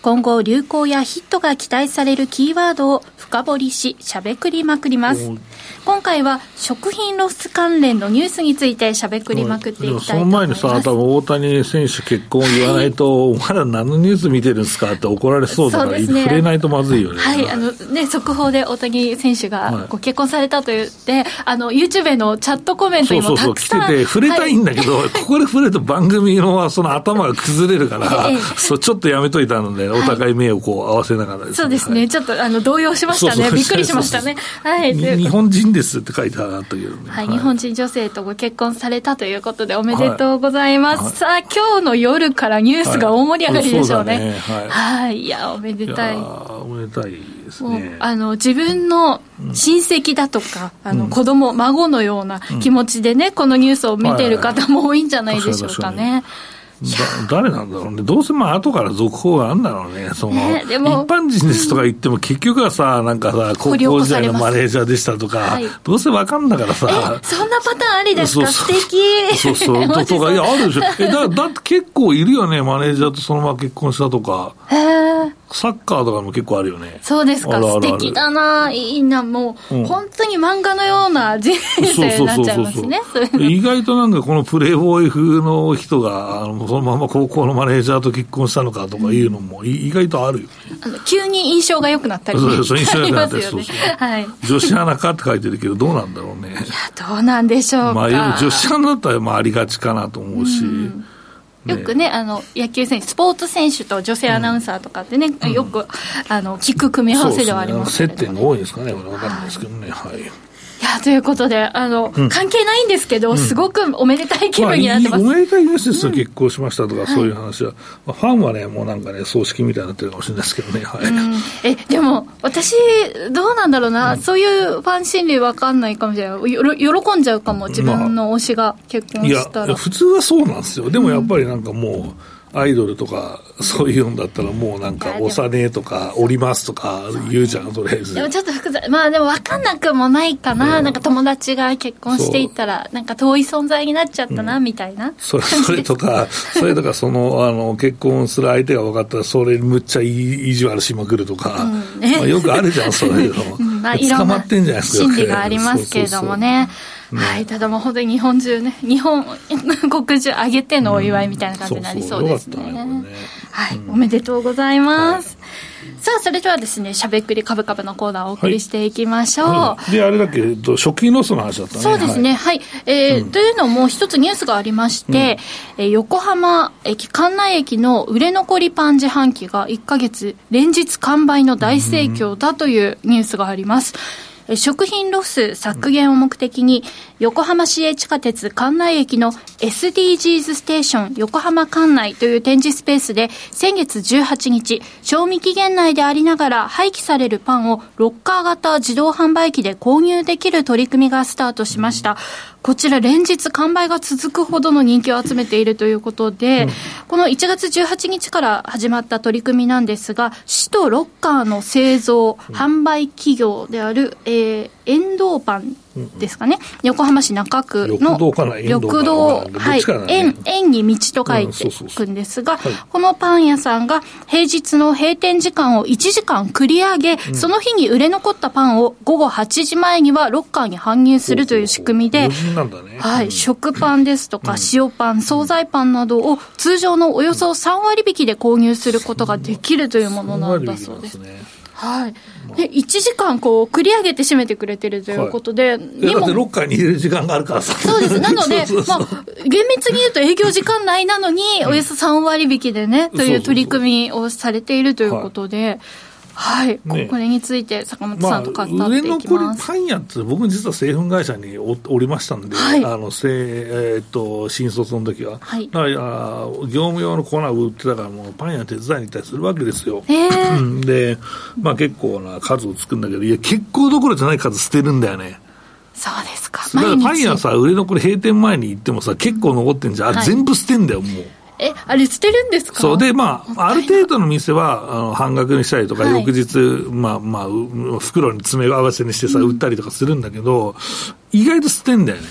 今後流行やヒットが期待されるキーワードを深掘りししゃべくりまくります。今回は食品ロス関連のニュースについてしゃべくりまくっていきたいと思います。 その前にさ、多分大谷選手結婚を言わないと、はい、お前ら何のニュース見てるんですかって怒られそうだから、ね、触れないとまずいよね。 はい、あのね、速報で大谷選手がご結婚されたと言って、はい、あの YouTube のチャットコメントにもたくさんそうそうそう来てて触れたいんだけど、はい、ここで触れると番組のその頭が崩れるから、ええ、そうちょっとやめといたので、お互い目をこう合わせながらですね、 そうですね、はい、ちょっとあの動揺しましたね。そうそうびっくりしましたね。はい、 日本人ですって書いてあるという、ね、 はい、はい、日本人女性とご結婚されたということでおめでとうございます、はい、さあ今日の夜からニュースが大盛り上がりでしょうね。はい、ねはいはい、いやおめでたい、いやおめでたいですね。 あの自分の親戚だとか、うん、あの子供、うん、孫のような気持ちでね、うん、このニュースを見ている方も多いんじゃないでしょうかね。 だ誰なんだろうね。どうせまあ後から続報があるんだろうね。その、ね、でも一般人ですとか言っても結局はさ、なんかさ、高校時代のマネージャーでしたとか、はい、どうせわかんだからさ。 え、そんなパターンありですか？素敵。 そうそう。とか、いや、あるでしょ。え、だ、だって結構いるよね。マネージャーとそのまま結婚したとか。へー。サッカーとかも結構あるよね。 そうですか。あるあるある素敵だな。いいな。もう、うん、本当に漫画のような人生になっちゃいますね。 意外となんかこのプレイボーイ風の人が、あの、そのまま高校のマネージャーと結婚したのかとかいうのも、うん、意外とあるよね。 あの急に印象が良くなったり、ね、 そうそう、印象が良くなったり、そうそう。はい。女子アナかって書いてるけど、どうなんだろうね。いや、 どうなんでしょうか。 まあ、女子アナだったらまあありがちかなと思うし、うんよくね、あの野球選手、スポーツ選手と女性アナウンサーとかってね、うん、よくあの聞く組み合わせではありますけど、ね、 接点が多いですかね、これ分かんないですけどね。はい、はい、いやということであの、うん、関係ないんですけど、うん、すごくおめでたい気分になってます。 まあ、おめでたいニュースですよ、うん、結婚しましたとか、そういう話は、はいまあ、ファンはね、もうなんかね、葬式みたいになってるかもしれないですけどね。はい、うんえでも私どうなんだろうな、うん、そういうファン心理分かんないかもしれない。よろ喜んじゃうかも、自分の推しが結婚したら、 まあ、いや普通はそうなんですよ。でもやっぱりなんかもう、うんアイドルとかそういうのだったらもうなんかおさねとかおりますとか言うじゃん、とりあえず。 でもちょっと複雑、まあでも分かんなくもないかな、うん、なんか友達が結婚していったらなんか遠い存在になっちゃったな、うん、みたいなそれそれとかそれとかそのあの結婚する相手が分かったらそれむっちゃ意地悪しまくるとか、うんねまあ、よくあるじゃんそういうの、うんまあ、捕まってんじゃないですか。 心理がありますけれどもね。そうそうそうね、はい、ただもう本当に日本中ね、日本国中挙げてのお祝いみたいな感じになりそうですね。うん、そうそうねはい、うん、おめでとうございます。はい、さあそれではですね、しゃべくりカブカブのコーナーをお送りしていきましょう。はい、 であれだけど食品ロスの話だったね。 そうですね。はい。はい、えーうん、というのも一つニュースがありまして、うん、えー、横浜駅関内駅の売れ残りパン自販機がいっかげつ連日完売の大盛況だというニュースがあります。うん食品ロス削減を目的に横浜市営地下鉄関内駅の エスディージーズ ステーション横浜関内という展示スペースで先月じゅうはちにち賞味期限内でありながら廃棄されるパンをロッカー型自動販売機で購入できる取り組みがスタートしました。こちら連日完売が続くほどの人気を集めているということで、うん、このいちがつじゅうはちにちから始まった取り組みなんですが、市とロッカーの製造、うん、販売企業である、えー、遠藤パンですかね、うん、横浜市中区の緑道かな、 緑道、はい、円、円に道と書いていくんですが、このパン屋さんが平日の閉店時間をいちじかん繰り上げ、うん、その日に売れ残ったパンをごごはちじまえにはロッカーに搬入するという仕組みで、 なんだね、 はい、うん、食パンですとか、うん、塩パン、惣菜パンなどを通常のおよそさんわりびきで購入することができるというものなんだそうです。はい、でいちじかんこう繰り上げて締めてくれてるということで、はい、 いやだってロッカーに入れる時間があるからさ。 そうです。なのでそうそうそう、まあ、厳密に言うと営業時間内なのにおよそさんわりびきでね、うん、という取り組みをされているということで、はいはい、ね、これについて坂本さんと語っていきます。まあ、売れ残りパン屋って僕実は製粉会社に お, おりましたんで、はい、あのせえー、っと新卒の時は、はい、だから業務用の粉を売ってたからもうパン屋手伝いに行ったりするわけですよ。で、まあ、結構な数を作るんだけど、いや結構どころじゃない数捨てるんだよね。 そうですか。 だからパン屋さ売れ残り閉店前に行ってもさ結構残ってんじゃん、はい、全部捨てんだよもう。 え、あれ捨てるんですか？ そうで、まあ、ある程度の店は、あの、半額にしたりとか、はい、翌日、まあ、まあ、袋に詰め合わせにしてさ、うん、売ったりとかするんだけど、意外と捨てんだよね。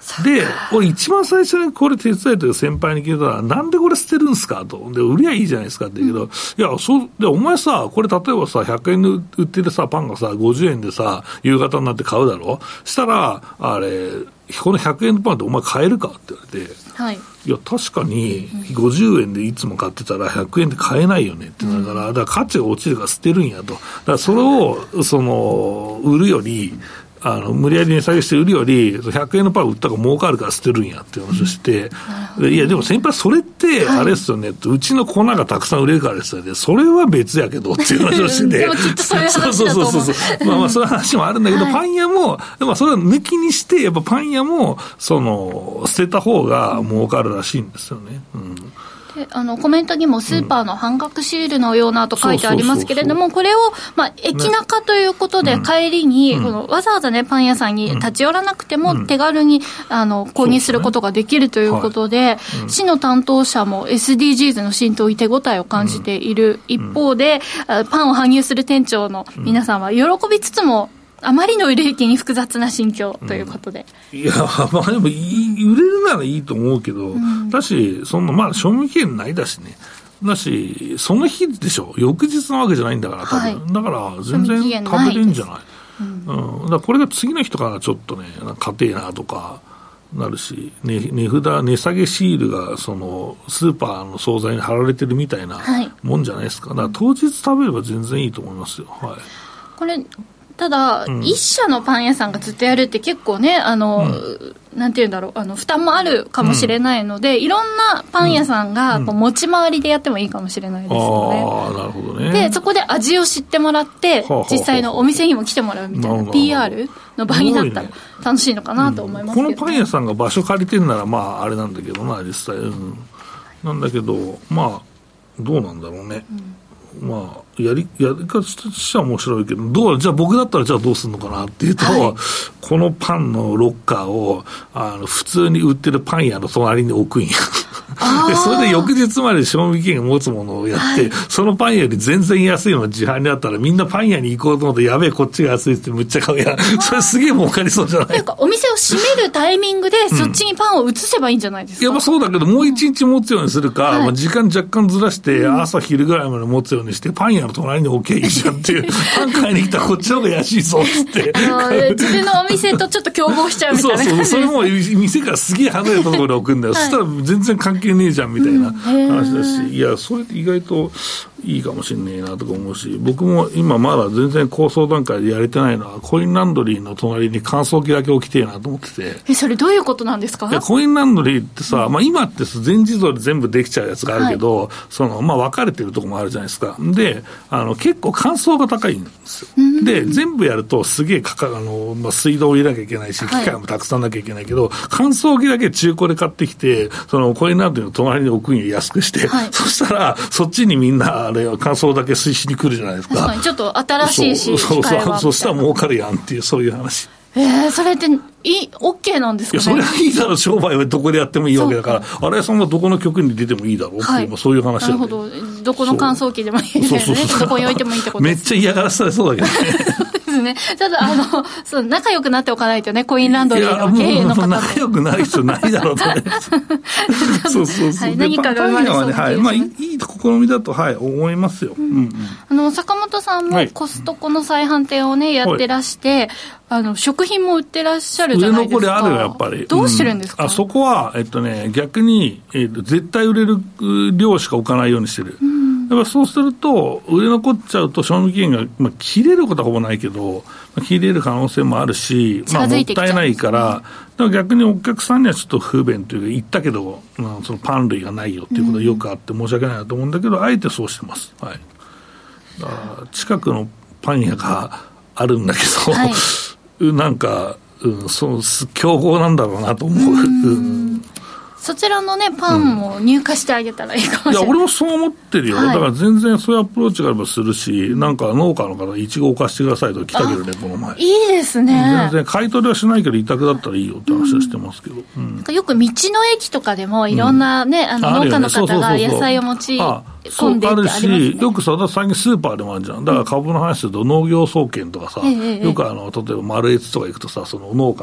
で、俺一番最初にこれ手伝いという先輩に聞いたら、なんでこれ捨てるんすかと。で、売りゃいいじゃないですかって言うけど、うん、いや、そう、で、お前さ、これ例えばさ、ひゃくえんで売ってるさ、パンがさ、ごじゅうえんでさ、夕方になって買うだろ。したら、あれ、このひゃくえんのパンってお前買えるかって言われて、はい。いや、確かに、ごじゅうえんでいつも買ってたらひゃくえんで買えないよねってなるから、だから価値が落ちるから捨てるんやと。だからそれを、その、売るより、あの無理やり値下げして売るよりひゃくえんのパン売ったら儲かるから捨てるんやっていう話をして、うん、いやでも先輩それってあれっすよね、はい、うちの粉がたくさん売れるからですよね、それは別やけどっていう話をしてでもきっとそういう話だと思うそうそうそうそうまあまあそういう話もあるんだけど、はい、パン屋もでもそれを抜きにしてやっぱパン屋もその捨てた方が儲かるらしいんですよね、うんであのコメントにもスーパーの半額シールのようなと書いてありますけれども、これを、まあ、駅中ということで帰りに、ね、このわざわざ、ね、パン屋さんに立ち寄らなくても手軽にあの購入することができるということで、はいうん、市の担当者も エスディージーズ の浸透に手応えを感じている一方で、うん、パンを搬入する店長の皆さんは喜びつつもあまりの売れ行きに複雑な心境ということで、 うん、いやまあでもいい売れるならいいと思うけど、うん、だしそんなまあ賞味期限ないだしね、だしその日でしょ、翌日なわけじゃないんだから多分、はい、だから全然食べれるんじゃない、うんうん、だからこれが次の日とかちょっとね家庭なとかなるし、ね、値札値下げシールがそのスーパーの惣菜に貼られてるみたいなもんじゃないですか、だから当日食べれば全然いいと思いますよ、はい、 これただ、うん、一社のパン屋さんがずっとやるって結構ねあの、うん、なんていうんだろうあの負担もあるかもしれないので、うん、いろんなパン屋さんがこう持ち回りでやってもいいかもしれないですよね、 あなるほどね。 でそこで味を知ってもらって、はあはあ、実際のお店にも来てもらうみたいな ピーアール の場になったら楽しいのかなと思いますけど、ね、 うん、このパン屋さんが場所借りてるならまああれなんだけどな実際、うん、なんだけどまあどうなんだろうね、うん、まあやりやり方としては面白いけど、どうじゃあ僕だったらじゃあどうするのかなっていうと、はい、このパンのロッカーをあの普通に売ってるパン屋の隣に置くんやでそれで翌日まで賞味期限持つものをやって、はい、そのパン屋より全然安いのが自販にあったらみんなパン屋に行こうと思ってやべえこっちが安いってむっちゃ買うやんそれすげえ儲かりそうじゃない。 なんかお店を閉めるタイミングでそっちにパンを移せばいいんじゃないですか、 うん、いやまあそうだけどもう一日持つようにするか、はいまあ、時間若干ずらして朝昼ぐらいまで持つようにしてパン屋の隣に置けばいいじゃんっていうパン買いに来たらこっちの方が安いぞっつってあの自分のお店とちょっと競合しちゃうみたいな感じです。 そうそうそれも店からすげえ離れたところに置くんだよ、はい、そしたら全然関係ねえじゃんみたいな話だし、うん、いやそれって意外といいかもしれないなとか思うし、僕も今まだ全然構想段階でやれてないのはコインランドリーの隣に乾燥機だけ置きてえなと思ってて。 えそれどういうことなんですか。 いやコインランドリーってさ、まあ、今って全自動で全部できちゃうやつがあるけど、はい、そのまあ、分かれてるとこもあるじゃないですか。であの結構乾燥が高いんですよ、うん、で全部やるとすげえかかあの、まあ、水道を入れなきゃいけないし機械もたくさんなきゃいけないけど、はい、乾燥機だけ中古で買ってきてそのコインランドリーの隣に置くんや安くして、はい、そしたらそっちにみんなあれ乾燥だけ推進に来るじゃないですか。 確かにちょっと新しいしそうそうそうそしたら儲かるやんっていうそういう話。 えー、それっていい OK なんですかね。 いやそれはいいだろう、商売はどこでやってもいいわけだから、あれさんはどこの局に出てもいいだろうっていう、はい、そういう話だ、ね、 なるほど、どこの乾燥機でもいいですよね。そうそうそうどこに置いてもいいってことです、 ね、めっちゃ嫌がらせされそうだけどねですね。ちょっとあのそう仲良くなっておかないとね、コインランドリーの経営の方で仲良くなる必要ないだろうとねそうそうそう、はい、 何かが生まれそうね、はい、まあいい試みだと、はい、思いますよ、うんうんうん、 あの坂本さんもコストコの再販店をねやってらして、はい、あの食品も売ってらっしゃるじゃないですか。 売れ残りあるよやっぱり。 どうしてるんですか、 うん、あそこは、えっとね、逆に、えっと、絶対売れる量しか置かないようにしてる、うん、やっぱそうすると売れ残っちゃうと賞味期限が、まあ、切れることはほぼないけど、まあ、切れる可能性もあるし、まあ、もったいないから、だから逆にお客さんにはちょっと不便というか言ったけど、まあ、そのパン類がないよっていうことがよくあって申し訳ないなと思うんだけど、うん、あえてそうしてます、はい、だから近くのパン屋があるんだけど、はい、なんか、うん、そう競合なんだろうなと思う、うん、 そちらのねパンも入荷してあげたらいいかもしれない、うん、 いや俺もそう思ってるよ、はい、だから全然そういうアプローチがあればするし、なんか農家の方いちごを貸してくださいと来たけどねこの前。 いいですね。 全然買い取りはしないけど委託だったらいいよって話はしてますけど、うんうん、 なんかよく道の駅とかでもいろんなね、うん、あの農家の方が野菜を持ち込んでってありますね。あるし、よくさ最近スーパーでもあるじゃん。だから株の話すると農業総研とかさ、うん、よくあの例えばマルエツとか行くとさその農家の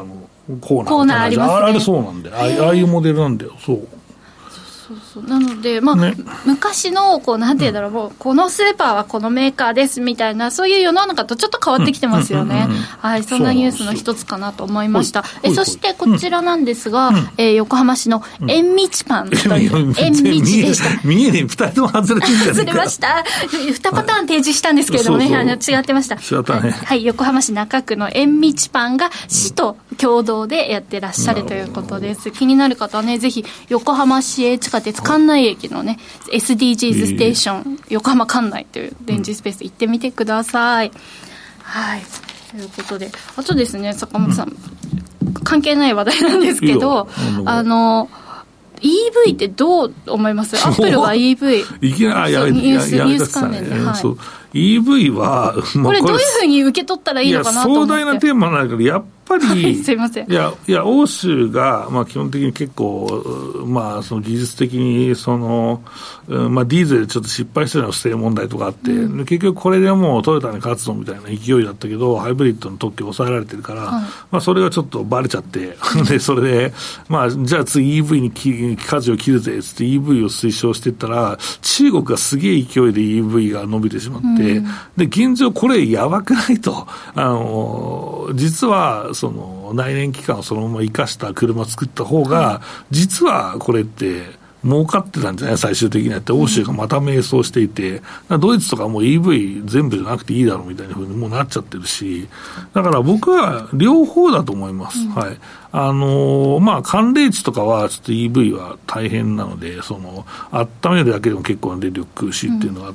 コーナーコーナーありますね。 あれそうなんだよ。ああいうモデルなんだよ。そう。 そうそうなので、まあね、昔のこうなんていうんだろう、うん、もうこのスーパーはこのメーカーですみたいな、そういう世の中とちょっと変わってきてますよね。はい、そんなニュースの一つかなと思いました。えそしてこちらなんですが、うんえー、横浜市の縁道パンという、うん、縁道でした。 見えねえ、ふたりとも外れてるんじゃないか。 外れました。にパターン提示したんですけれどもね、はい、そうそう違ってました。 違ったね。 はい、はい、横浜市中区の縁道パンが市と共同でやってらっしゃるということです。気になる方はね、ぜひ横浜市営地下鉄関内駅のね エスディージーズ ステーション、えー、横浜関内という展示スペース行ってみてください、うん、はいということで、あとですね坂本さん、うん、関係ない話題なんですけど、あの イーブイ ってどう思います？アップルが イーブイいきなりやめニュース、ニュース関連で、はい、 そう イーブイ は、 まあ、これどういうふうに受け取ったらいいのかなと思って。 いや壮大なテーマなんだけど、やっぱり、はい、 すいません。 いや、いや、欧州が、まあ基本的に結構、まあその技術的に、その、まあディーゼルちょっと失敗してるのは不正問題とかあって、うん、結局これでもうトヨタに勝つのみたいな勢いだったけど、ハイブリッドの特許を抑えられてるから、はい、まあそれがちょっとバレちゃって、で、それで、まあじゃあ次 イーブイ に舵を切るぜ、つって イーブイ を推奨していったら、中国がすげえ勢いで イーブイ が伸びてしまって、うん、で、現状これやばくないと、あの、実は、その内燃機関をそのまま生かした車を作った方が、実はこれって儲かってたんじゃない最終的にはって、欧州がまた迷走していて、ドイツとかもう イーブイ 全部じゃなくていいだろうみたいな風にもうなっちゃってるし、だから僕は両方だと思います、うん、はい。あのー、まあ寒冷地とかはちょっと イーブイ は大変なので、その温めるだけでも結構電力食うしっていうのがあって、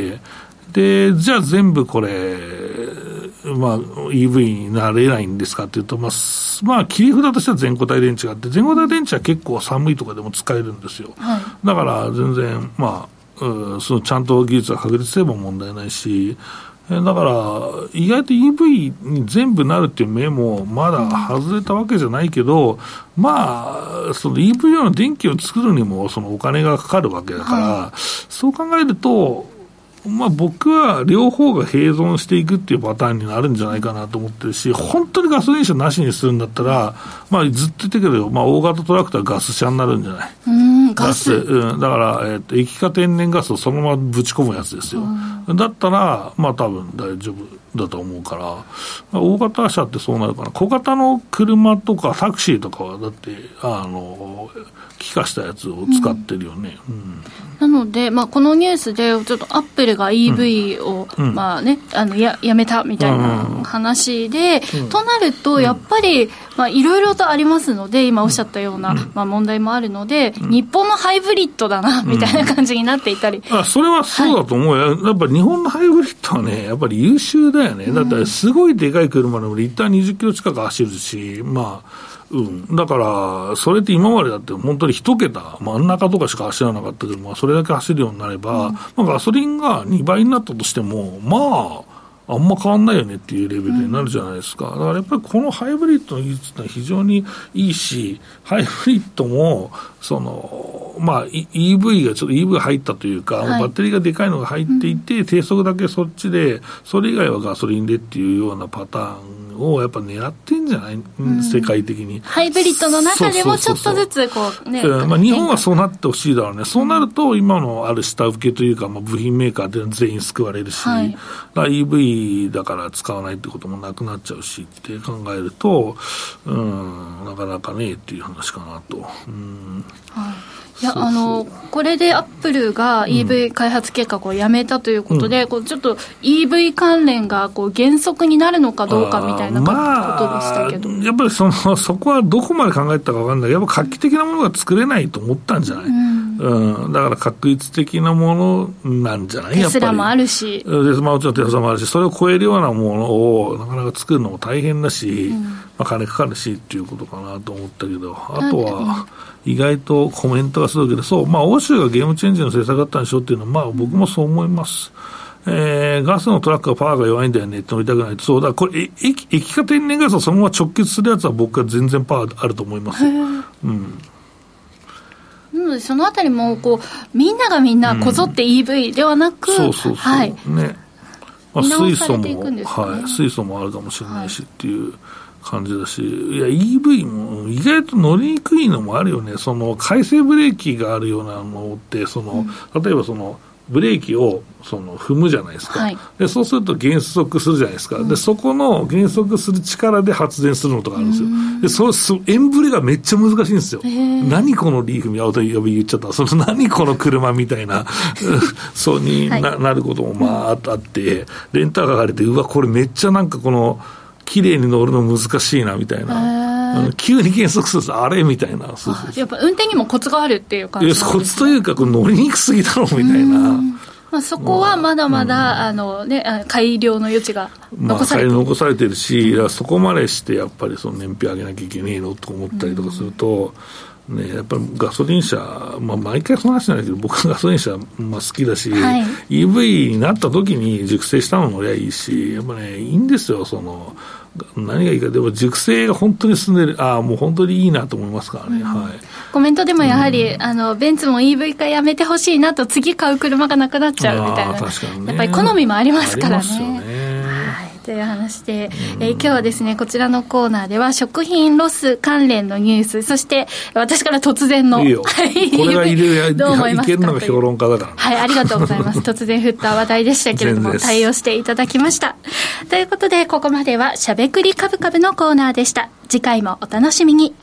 うんで、じゃあ全部これ、まあ、イーブイ になれないんですかっていうと、まあ、まあ、切り札としては全固体電池があって、全固体電池は結構寒いとかでも使えるんですよ。はい、だから全然、まあ、うん、そのちゃんと技術が確立すれば問題ないし、だから意外と イーブイ に全部なるっていう目もまだ外れたわけじゃないけど、うん、まあその イーブイ 用の電気を作るにもそのお金がかかるわけだから、はい、そう考えるとまあ、僕は両方が併存していくっていうパターンになるんじゃないかなと思ってるし、本当にガソリン車なしにするんだったら、まあ、ずっと言ってるけど、まあ、大型トラクターガス車になるんじゃない。 うーんガス、 うん、だから、えー、と液化天然ガスをそのままぶち込むやつですよ。だったら、まあ、多分大丈夫だと思うから、まあ、大型車ってそうなるかな。小型の車とかタクシーとかはだってあの気化したやつを使ってるよね、うんうん、 なので、まあ、このニュースでちょっとアップルが イーブイ を、うんまあね、あの や, やめたみたいな話で、うん、となるとやっぱりいろいろとありますので今おっしゃったような、うんまあ、問題もあるので、うん、日本のハイブリッドだなみたいな感じになっていたり、 うん、あそれはそうだと思うよ、はい、やっぱり日本のハイブリッドはねやっぱり優秀だよね、うん、だってすごいでかい車でもリッターにじゅっキロ近く走るし、まあうん、だからそれって今までだって本当に一桁真ん中とかしか走らなかったけど、まあ、それだけ走るようになれば、うんまあ、ガソリンがにばいになったとしてもまああんま変わんないよねっていうレベルになるじゃないですか。だからやっぱりこのハイブリッドの技術ってのは非常にいいし、ハイブリッドもそのまあ イーブイ がちょっと イーブイ 入ったというか、はい、バッテリーがでかいのが入っていて、うん、低速だけそっちでそれ以外はガソリンでっていうようなパターンをやっぱ狙ってんじゃない、うん、世界的にハイブリッドの中でもちょっとずつこうね、 まあ、日本はそうなってほしいだろうね。そうなると今のある下請けというか、まあ、部品メーカーで全員救われるし、はい、だから イーブイ だから使わないってこともなくなっちゃうしって考えると、うん、なかなかねっていう話かなと、うん、 はいいやそうそうあのこれでアップルが イーブイ 開発計画をやめたということで、うん、こうちょっと イーブイ 関連がこう原則になるのかどうかみたいなことでしたけど、 まあ、やっぱり そ, のそこはどこまで考えたか分かんないけどやっぱ画期的なものが作れないと思ったんじゃない、うんうん、だから確率的なものなんじゃない。 テスラもあるしで、まあ、もちろんテスラもあるしそれを超えるようなものをなかなか作るのも大変だし、うんまあ、金かかるしっていうことかなと思ったけど、あとは意外とコメントがするけど、そう、まあ、欧州がゲームチェンジの政策だったんでしょうっていうのは、まあ、僕もそう思います。えー、ガスのトラックはパワーが弱いんだよねって乗りたくないと、そうだ、これ、液、液化天然ガスをそのまま直結するやつは僕は全然パワーあると思います。うん。 なので、そのあたりも、こう、みんながみんなこぞって イーブイ ではなく、うん、そうそうそう。はい。 ね。まあ、水素も、ね、はい、水素もあるかもしれないしっていう感じだし、いや イーブイ も意外と乗りにくいのもあるよね。その回生ブレーキがあるようなのってその、うん、例えばそのブレーキをその踏むじゃないですか、はい、でそうすると減速するじゃないですか、うん、でそこの減速する力で発電するのとかあるんですよ。でそれエンブレがめっちゃ難しいんですよ。何このリーフや言っちゃったその何この車みたいなそうに な,、はい、なることもまああってレンタカーが出てうわこれめっちゃなんかこの綺麗に乗るの難しいなみたいな。急に減速するとあれみたいな。そうそうそう、 やっぱ運転にもコツがあるっていう感じなんですね。 コツというか乗りにくすぎだろうみたいな。 まあ、そこはまだまだ、うん、あのね、改良の余地が残されている、 まあ、残されてるし、うん、そこまでしてやっぱりその燃費上げなきゃいけねえのと思ったりとかすると、うんね、やっぱりガソリン車、まあ、毎回その話なんだけど僕はガソリン車、まあ、好きだし、はい、イーブイ になった時に熟成したの乗りゃいいしやっぱねいいんですよ。その何がいいかでも熟成が本当に進んでるああもう本当にいいなと思いますからね、うんはい、 コメントでもやはり、うん、あのベンツも イーブイ 化やめてほしいなと次買う車がなくなっちゃうみたいな、確かにね、やっぱり好みもありますからね。という話で、うんえー、今日はですねこちらのコーナーでは食品ロス関連のニュースそして私から突然のいいよこれが入れるどう思いますかいけるのが評論家だから、ね、 はいありがとうございます突然振った話題でしたけれども対応していただきましたということでここまではしゃべくりカブカブのコーナーでした。次回もお楽しみに。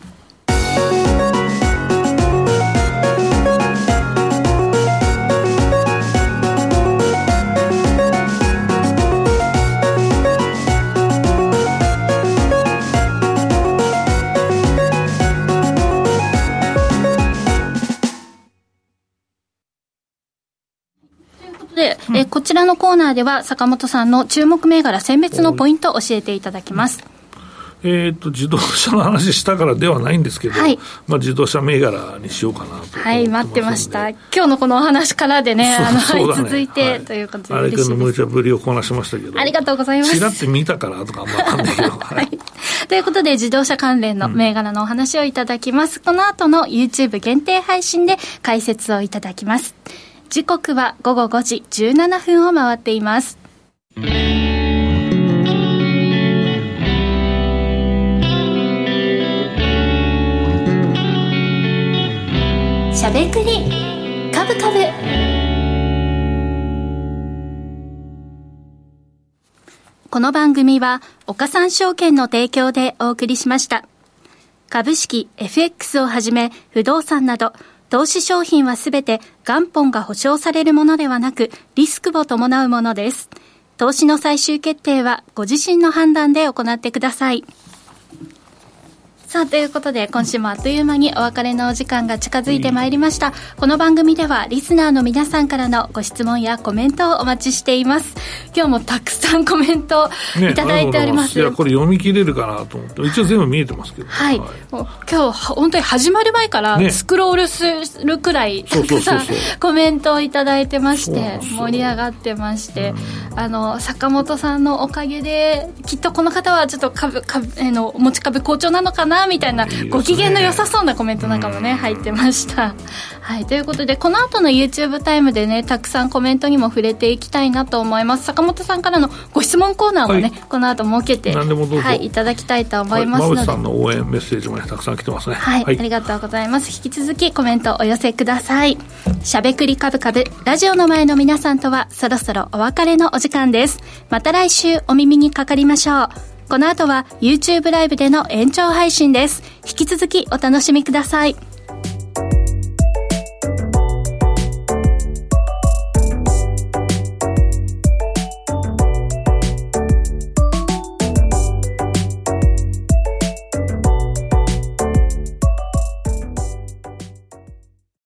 でうん、えこちらのコーナーでは坂本さんの注目銘柄選別のポイントを教えていただきます。 えー、と自動車の話したからではないんですけど、はいまあ、自動車銘柄にしようかなと思ってますので、はい待ってました。今日のこのお話からでね、あのはい、続いて、はい、ということで嬉しいです。 あれ君の無茶ぶりをこなしましたけどありがとうございます。 ちらって見たからとかあんま分かんないけど、はい、 ということで自動車関連の銘柄のお話をいただきます、うん、この後の YouTube 限定配信で解説をいただきます。時刻は午後ごじじゅうななふんを回っています。しゃべくりカブカブ。この番組は岡三証券の提供でお送りしました。株式 エフエックス をはじめ不動産など投資商品はすべて元本が保証されるものではなくリスクを伴うものです。投資の最終決定はご自身の判断で行ってください。さあということで今週もあっという間にお別れのお時間が近づいてまいりました。この番組ではリスナーの皆さんからのご質問やコメントをお待ちしています。今日もたくさんコメントいただいております、 ね、いやこれ読み切れるかなと思って一応全部見えてますけど、 はいはい、今日本当に始まる前からスクロールするくらいたくさんコメントをいただいてまして盛り上がってまして、あの坂本さんのおかげできっとこの方はちょっと株株えの持ち株好調なのかなみたいなご機嫌の良さそうなコメントなんかもね入ってました。はい、ということでこの後の YouTube タイムでねたくさんコメントにも触れていきたいなと思います。坂本さんからのご質問コーナーもね、はい、この後設けて何でもどうぞ、 はい、いただきたいと思いますので、 はい、馬渕さんの応援メッセージも、ね、たくさん来てますね、 はいはい、ありがとうございます。引き続きコメントお寄せください。しゃべくりカブカブラジオの前の皆さんとはそろそろお別れのお時間です。また来週お耳にかかりましょう。この後は YouTube ライブでの延長配信です。引き続きお楽しみください。